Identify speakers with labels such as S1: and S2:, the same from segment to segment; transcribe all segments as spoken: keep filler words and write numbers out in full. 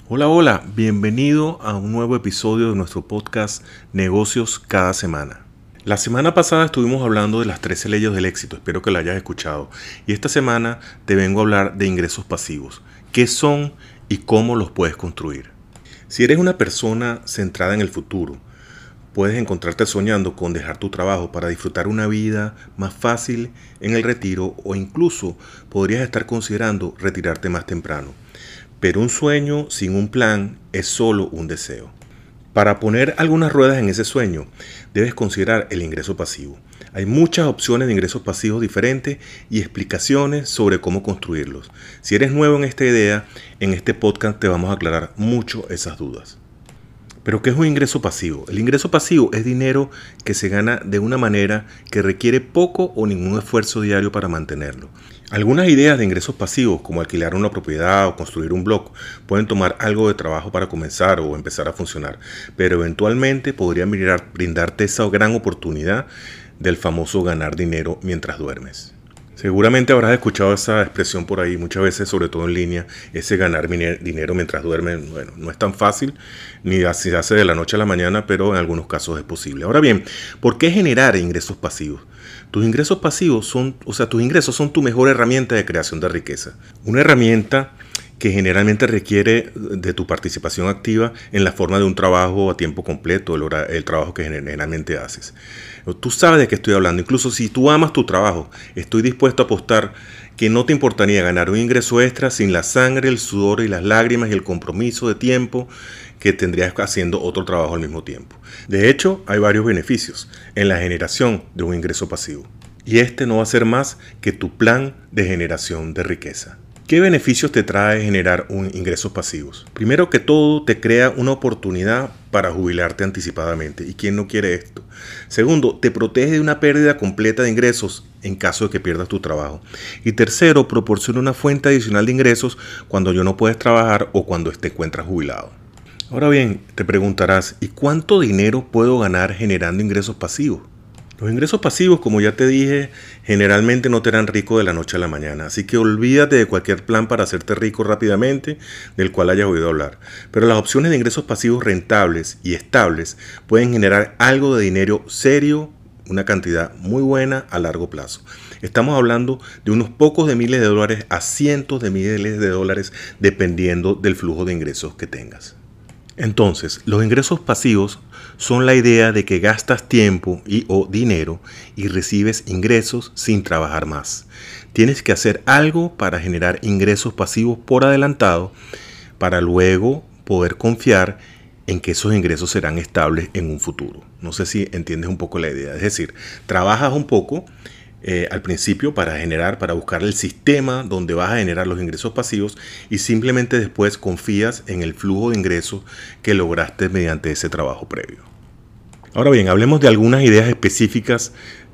S1: Hola, hola, bienvenido a un nuevo episodio de nuestro podcast Negocios cada semana. La semana pasada estuvimos hablando de las trece leyes del éxito, espero que la hayas escuchado. Y esta semana te vengo a hablar de ingresos pasivos, qué son y cómo los puedes construir. Si eres una persona centrada en el futuro, puedes encontrarte soñando con dejar tu trabajo para disfrutar una vida más fácil en el retiro o incluso podrías estar considerando retirarte más temprano. Pero un sueño sin un plan es solo un deseo. Para poner algunas ruedas en ese sueño, debes considerar el ingreso pasivo. Hay muchas opciones de ingresos pasivos diferentes y explicaciones sobre cómo construirlos. Si eres nuevo en esta idea, en este podcast te vamos a aclarar mucho esas dudas. ¿Pero qué es un ingreso pasivo? El ingreso pasivo es dinero que se gana de una manera que requiere poco o ningún esfuerzo diario para mantenerlo. Algunas ideas de ingresos pasivos, como alquilar una propiedad o construir un blog, pueden tomar algo de trabajo para comenzar o empezar a funcionar, pero eventualmente podrían brindarte esa gran oportunidad del famoso ganar dinero mientras duermes. Seguramente habrás escuchado esa expresión por ahí muchas veces, sobre todo en línea, ese ganar dinero mientras duermes. Bueno, no es tan fácil, ni se hace de la noche a la mañana, pero en algunos casos es posible. Ahora bien, ¿por qué generar ingresos pasivos? Tus ingresos pasivos son, o sea, tus ingresos son tu mejor herramienta de creación de riqueza. Una herramienta que generalmente requiere de tu participación activa en la forma de un trabajo a tiempo completo, el, hora, el trabajo que generalmente haces. Tú sabes de qué estoy hablando. Incluso si tú amas tu trabajo, estoy dispuesto a apostar que no te importaría ganar un ingreso extra sin la sangre, el sudor y las lágrimas y el compromiso de tiempo que tendrías haciendo otro trabajo al mismo tiempo. De hecho, hay varios beneficios en la generación de un ingreso pasivo. Y este no va a ser más que tu plan de generación de riqueza. ¿Qué beneficios te trae generar un ingresos pasivos? Primero que todo, te crea una oportunidad para jubilarte anticipadamente. ¿Y quién no quiere esto? Segundo, te protege de una pérdida completa de ingresos en caso de que pierdas tu trabajo. Y tercero, proporciona una fuente adicional de ingresos cuando ya no puedes trabajar o cuando te encuentras jubilado. Ahora bien, te preguntarás, ¿y cuánto dinero puedo ganar generando ingresos pasivos? Los ingresos pasivos, como ya te dije, generalmente no te harán rico de la noche a la mañana, así que olvídate de cualquier plan para hacerte rico rápidamente del cual hayas oído hablar. Pero las opciones de ingresos pasivos rentables y estables pueden generar algo de dinero serio, una cantidad muy buena a largo plazo. Estamos hablando de unos pocos de miles de dólares a cientos de miles de dólares dependiendo del flujo de ingresos que tengas. Entonces, los ingresos pasivos son la idea de que gastas tiempo y o dinero y recibes ingresos sin trabajar más. Tienes que hacer algo para generar ingresos pasivos por adelantado para luego poder confiar en que esos ingresos serán estables en un futuro. No sé si entiendes un poco la idea. Es decir, trabajas un poco Eh, al principio para generar, para buscar el sistema donde vas a generar los ingresos pasivos y simplemente después confías en el flujo de ingresos que lograste mediante ese trabajo previo. Ahora bien, hablemos de algunas ideas específicas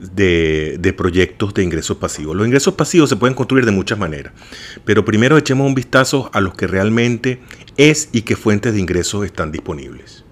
S1: de, de proyectos de ingresos pasivos. Los ingresos pasivos se pueden construir de muchas maneras, pero primero echemos un vistazo a los que realmente es y qué fuentes de ingresos están disponibles.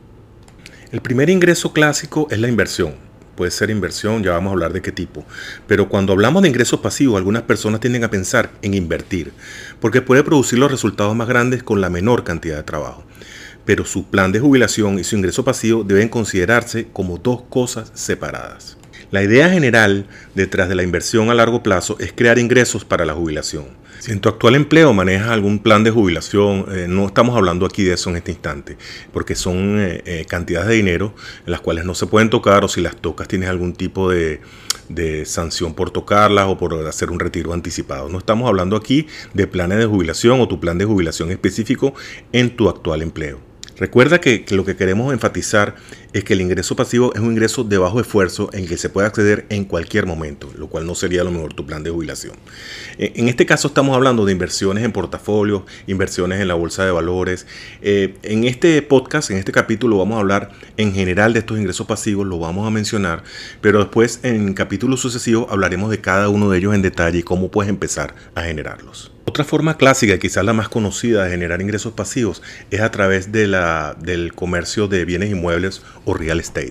S1: El primer ingreso clásico es la inversión. Puede ser inversión, ya vamos a hablar de qué tipo. Pero cuando hablamos de ingresos pasivos, algunas personas tienden a pensar en invertir, porque puede producir los resultados más grandes con la menor cantidad de trabajo. Pero su plan de jubilación y su ingreso pasivo deben considerarse como dos cosas separadas. La idea general detrás de la inversión a largo plazo es crear ingresos para la jubilación. Si en tu actual empleo manejas algún plan de jubilación, eh, no estamos hablando aquí de eso en este instante, porque son eh, eh, cantidades de dinero en las cuales no se pueden tocar, o si las tocas tienes algún tipo de, de sanción por tocarlas o por hacer un retiro anticipado. No estamos hablando aquí de planes de jubilación o tu plan de jubilación específico en tu actual empleo. Recuerda que, que lo que queremos enfatizar es que el ingreso pasivo es un ingreso de bajo esfuerzo en que se puede acceder en cualquier momento, lo cual no sería a lo mejor tu plan de jubilación. En este caso estamos hablando de inversiones en portafolios, inversiones en la bolsa de valores. Eh, en este podcast, en este capítulo vamos a hablar en general de estos ingresos pasivos, lo vamos a mencionar, pero después en capítulos sucesivos hablaremos de cada uno de ellos en detalle y cómo puedes empezar a generarlos. Otra forma clásica, y quizás la más conocida de generar ingresos pasivos, es a través de la, del comercio de bienes inmuebles o real estate.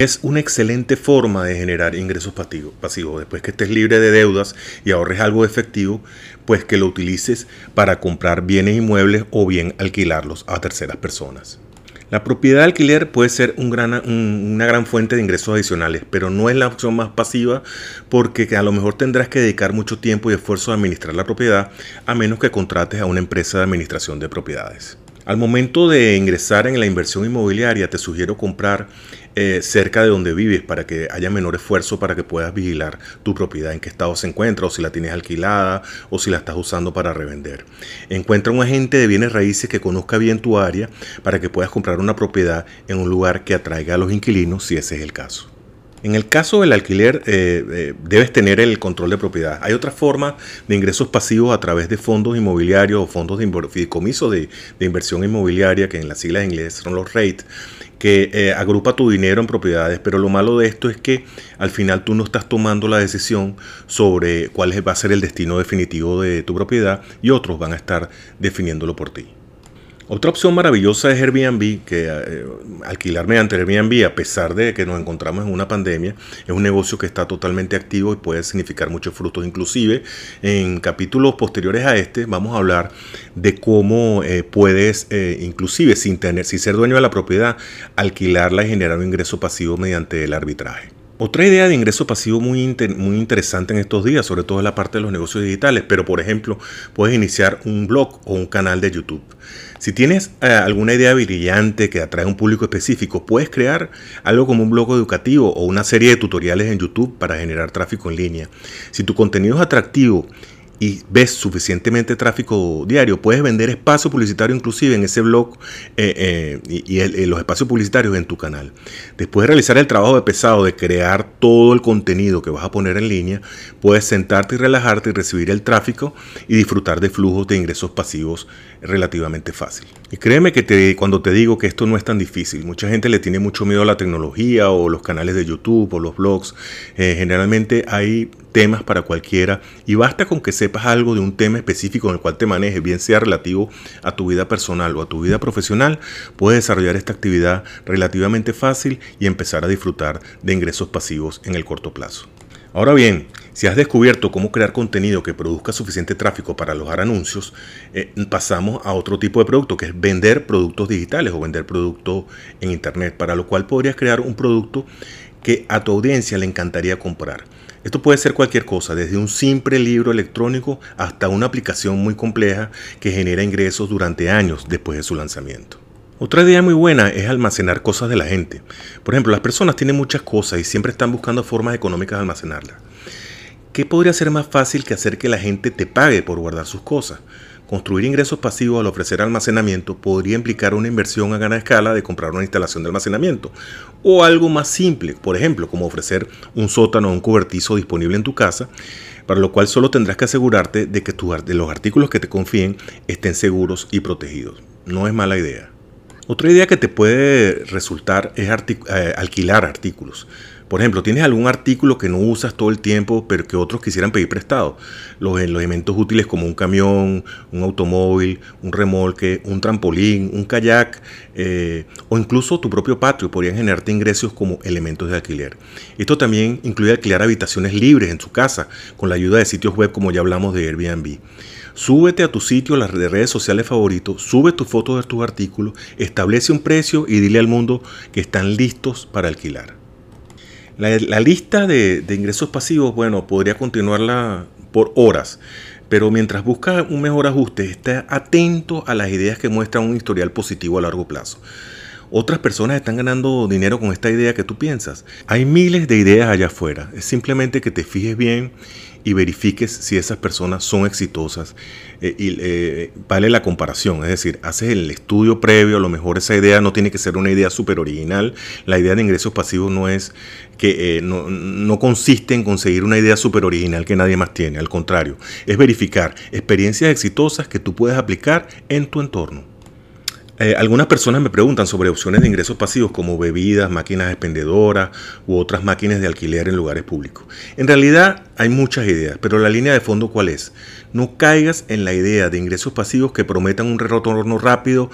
S1: Es una excelente forma de generar ingresos pasivos. Después que estés libre de deudas y ahorres algo de efectivo, pues que lo utilices para comprar bienes inmuebles o bien alquilarlos a terceras personas. La propiedad de alquiler puede ser un gran, un, una gran fuente de ingresos adicionales, pero no es la opción más pasiva porque a lo mejor tendrás que dedicar mucho tiempo y esfuerzo a administrar la propiedad, a menos que contrates a una empresa de administración de propiedades. Al momento de ingresar en la inversión inmobiliaria, te sugiero comprar eh, cerca de donde vives para que haya menor esfuerzo para que puedas vigilar tu propiedad, en qué estado se encuentra, o si la tienes alquilada, o si la estás usando para revender. Encuentra un agente de bienes raíces que conozca bien tu área para que puedas comprar una propiedad en un lugar que atraiga a los inquilinos, si ese es el caso. En el caso del alquiler, eh, eh, debes tener el control de propiedad. Hay otra forma de ingresos pasivos a través de fondos inmobiliarios o fondos de fideicomiso de, de inversión inmobiliaria, que en las siglas en inglés son los REIT, que eh, agrupa tu dinero en propiedades, pero lo malo de esto es que al final tú no estás tomando la decisión sobre cuál va a ser el destino definitivo de tu propiedad y otros van a estar definiéndolo por ti. Otra opción maravillosa es Airbnb, que eh, alquilar mediante Airbnb, a pesar de que nos encontramos en una pandemia, es un negocio que está totalmente activo y puede significar muchos frutos. Inclusive, en capítulos posteriores a este, vamos a hablar de cómo eh, puedes, eh, inclusive sin tener, sin ser dueño de la propiedad, alquilarla y generar un ingreso pasivo mediante el arbitraje. Otra idea de ingreso pasivo muy, inter, muy interesante en estos días, sobre todo en la parte de los negocios digitales, pero por ejemplo, puedes iniciar un blog o un canal de YouTube. Si tienes eh, alguna idea brillante que atrae a un público específico, puedes crear algo como un blog educativo o una serie de tutoriales en YouTube para generar tráfico en línea. Si tu contenido es atractivo y ves suficientemente tráfico diario, puedes vender espacio publicitario inclusive en ese blog eh, eh, y, y el, los espacios publicitarios en tu canal. Después de realizar el trabajo de pesado de crear todo el contenido que vas a poner en línea, puedes sentarte y relajarte y recibir el tráfico y disfrutar de flujos de ingresos pasivos relativamente fácil. Y créeme que te, cuando te digo que esto no es tan difícil, mucha gente le tiene mucho miedo a la tecnología o los canales de YouTube o los blogs. Eh, generalmente hay temas para cualquiera y basta con que sepas algo de un tema específico en el cual te manejes, bien sea relativo a tu vida personal o a tu vida profesional, puedes desarrollar esta actividad relativamente fácil y empezar a disfrutar de ingresos pasivos en el corto plazo. Ahora bien, si has descubierto cómo crear contenido que produzca suficiente tráfico para alojar anuncios, eh, pasamos a otro tipo de producto, que es vender productos digitales o vender productos en internet, para lo cual podrías crear un producto que a tu audiencia le encantaría comprar. Esto puede ser cualquier cosa, desde un simple libro electrónico hasta una aplicación muy compleja que genera ingresos durante años después de su lanzamiento. Otra idea muy buena es almacenar cosas de la gente. Por ejemplo, las personas tienen muchas cosas y siempre están buscando formas económicas de almacenarlas. ¿Qué podría ser más fácil que hacer que la gente te pague por guardar sus cosas? Construir ingresos pasivos al ofrecer almacenamiento podría implicar una inversión a gran escala de comprar una instalación de almacenamiento. O algo más simple, por ejemplo, como ofrecer un sótano o un cobertizo disponible en tu casa, para lo cual solo tendrás que asegurarte de que tus, de los artículos que te confíen estén seguros y protegidos. No es mala idea. Otra idea que te puede resultar es artic- eh, alquilar artículos. Por ejemplo, tienes algún artículo que no usas todo el tiempo, pero que otros quisieran pedir prestado. Los, los elementos útiles como un camión, un automóvil, un remolque, un trampolín, un kayak eh, o incluso tu propio patio podrían generarte ingresos como elementos de alquiler. Esto también incluye alquilar habitaciones libres en su casa con la ayuda de sitios web como ya hablamos de Airbnb. Súbete a tu sitio, las redes sociales favoritos, sube tus fotos de tus artículos, establece un precio y dile al mundo que están listos para alquilar. La, la lista de, de ingresos pasivos, bueno, podría continuarla por horas, pero mientras buscas un mejor ajuste, esté atento a las ideas que muestran un historial positivo a largo plazo. Otras personas están ganando dinero con esta idea que tú piensas. Hay miles de ideas allá afuera. Es simplemente que te fijes bien y verifiques si esas personas son exitosas eh, y eh, vale la comparación. Es decir, haces el estudio previo. A lo mejor esa idea no tiene que ser una idea súper original. La idea de ingresos pasivos no es que eh, no, no consiste en conseguir una idea súper original que nadie más tiene. Al contrario, es verificar experiencias exitosas que tú puedes aplicar en tu entorno. Eh, algunas personas me preguntan sobre opciones de ingresos pasivos como bebidas, máquinas expendedoras u otras máquinas de alquiler en lugares públicos. En realidad hay muchas ideas, pero la línea de fondo ¿cuál es? No caigas en la idea de ingresos pasivos que prometan un retorno rápido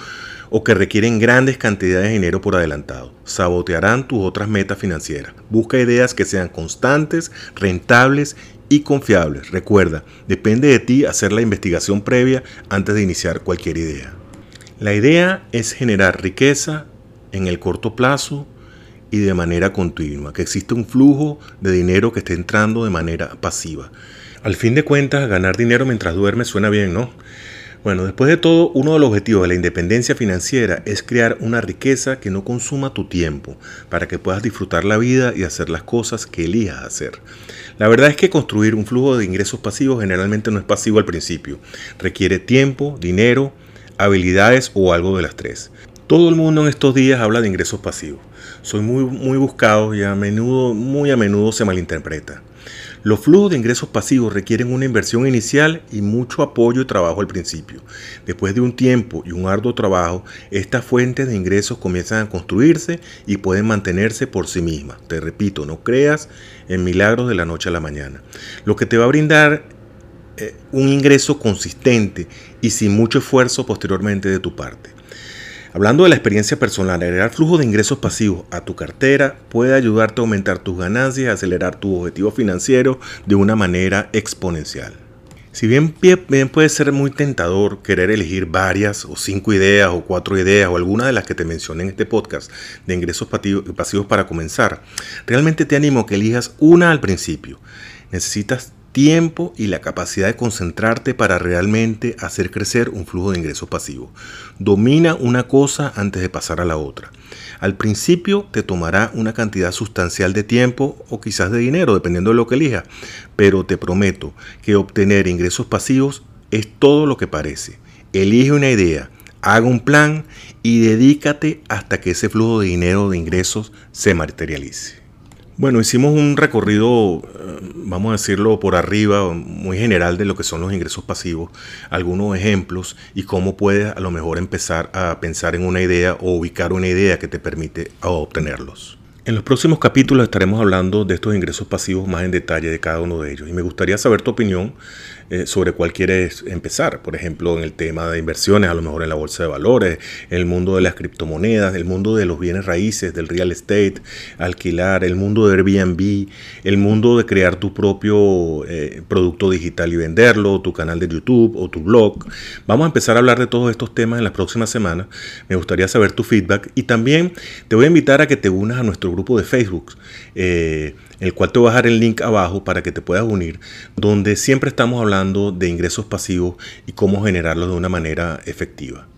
S1: o que requieren grandes cantidades de dinero por adelantado. Sabotearán tus otras metas financieras. Busca ideas que sean constantes, rentables y confiables. Recuerda, depende de ti hacer la investigación previa antes de iniciar cualquier idea. La idea es generar riqueza en el corto plazo y de manera continua, que existe un flujo de dinero que esté entrando de manera pasiva. Al fin de cuentas, ganar dinero mientras duermes suena bien, ¿no? Bueno, después de todo, uno de los objetivos de la independencia financiera es crear una riqueza que no consuma tu tiempo, para que puedas disfrutar la vida y hacer las cosas que elijas hacer. La verdad es que construir un flujo de ingresos pasivos generalmente no es pasivo al principio. Requiere tiempo, dinero, habilidades o algo de las tres. Todo el mundo en estos días habla de ingresos pasivos. Son muy, muy buscados y a menudo, muy a menudo se malinterpreta. Los flujos de ingresos pasivos requieren una inversión inicial y mucho apoyo y trabajo al principio. Después de un tiempo y un arduo trabajo, estas fuentes de ingresos comienzan a construirse y pueden mantenerse por sí mismas. Te repito, no creas en milagros de la noche a la mañana. Lo que te va a brindar eh, un ingreso consistente y sin mucho esfuerzo posteriormente de tu parte. Hablando de la experiencia personal, agregar flujo de ingresos pasivos a tu cartera puede ayudarte a aumentar tus ganancias y acelerar tu objetivo financiero de una manera exponencial. Si bien, bien puede ser muy tentador querer elegir varias o cinco ideas o cuatro ideas o alguna de las que te mencioné en este podcast de ingresos pasivos para comenzar, realmente te animo a que elijas una al principio. Necesitas tiempo y la capacidad de concentrarte para realmente hacer crecer un flujo de ingresos pasivos. Domina una cosa antes de pasar a la otra. Al principio te tomará una cantidad sustancial de tiempo o quizás de dinero, dependiendo de lo que elijas, pero te prometo que obtener ingresos pasivos es todo lo que parece. Elige una idea, haga un plan y dedícate hasta que ese flujo de dinero de ingresos se materialice. Bueno, hicimos un recorrido, vamos a decirlo por arriba, muy general de lo que son los ingresos pasivos, algunos ejemplos y cómo puedes a lo mejor empezar a pensar en una idea o ubicar una idea que te permite obtenerlos. En los próximos capítulos estaremos hablando de estos ingresos pasivos más en detalle de cada uno de ellos y me gustaría saber tu opinión eh, sobre cuál quieres empezar. Por ejemplo, en el tema de inversiones, a lo mejor en la bolsa de valores, en el mundo de las criptomonedas, el mundo de los bienes raíces, del real estate, alquilar, el mundo de Airbnb, el mundo de crear tu propio eh, producto digital y venderlo, tu canal de YouTube o tu blog. Vamos a empezar a hablar de todos estos temas en las próximas semanas. Me gustaría saber tu feedback y también te voy a invitar a que te unas a nuestro grupo de Facebook, eh, el cual te voy a dejar el link abajo para que te puedas unir, donde siempre estamos hablando de ingresos pasivos y cómo generarlos de una manera efectiva.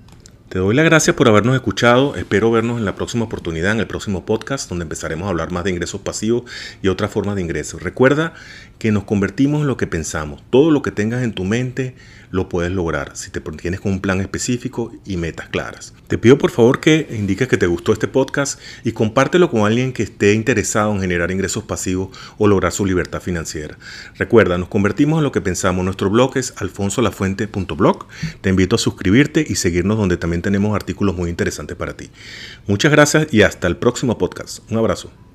S1: Te doy las gracias por habernos escuchado. Espero vernos en la próxima oportunidad, en el próximo podcast, donde empezaremos a hablar más de ingresos pasivos y otras formas de ingresos. Recuerda que nos convertimos en lo que pensamos. Todo lo que tengas en tu mente lo puedes lograr si te tienes con un plan específico y metas claras. Te pido por favor que indiques que te gustó este podcast y compártelo con alguien que esté interesado en generar ingresos pasivos o lograr su libertad financiera. Recuerda, nos convertimos en lo que pensamos. Nuestro blog es alfonso lafuente punto blog. Te invito a suscribirte y seguirnos, donde también tenemos artículos muy interesantes para ti. Muchas gracias y hasta el próximo podcast. Un abrazo.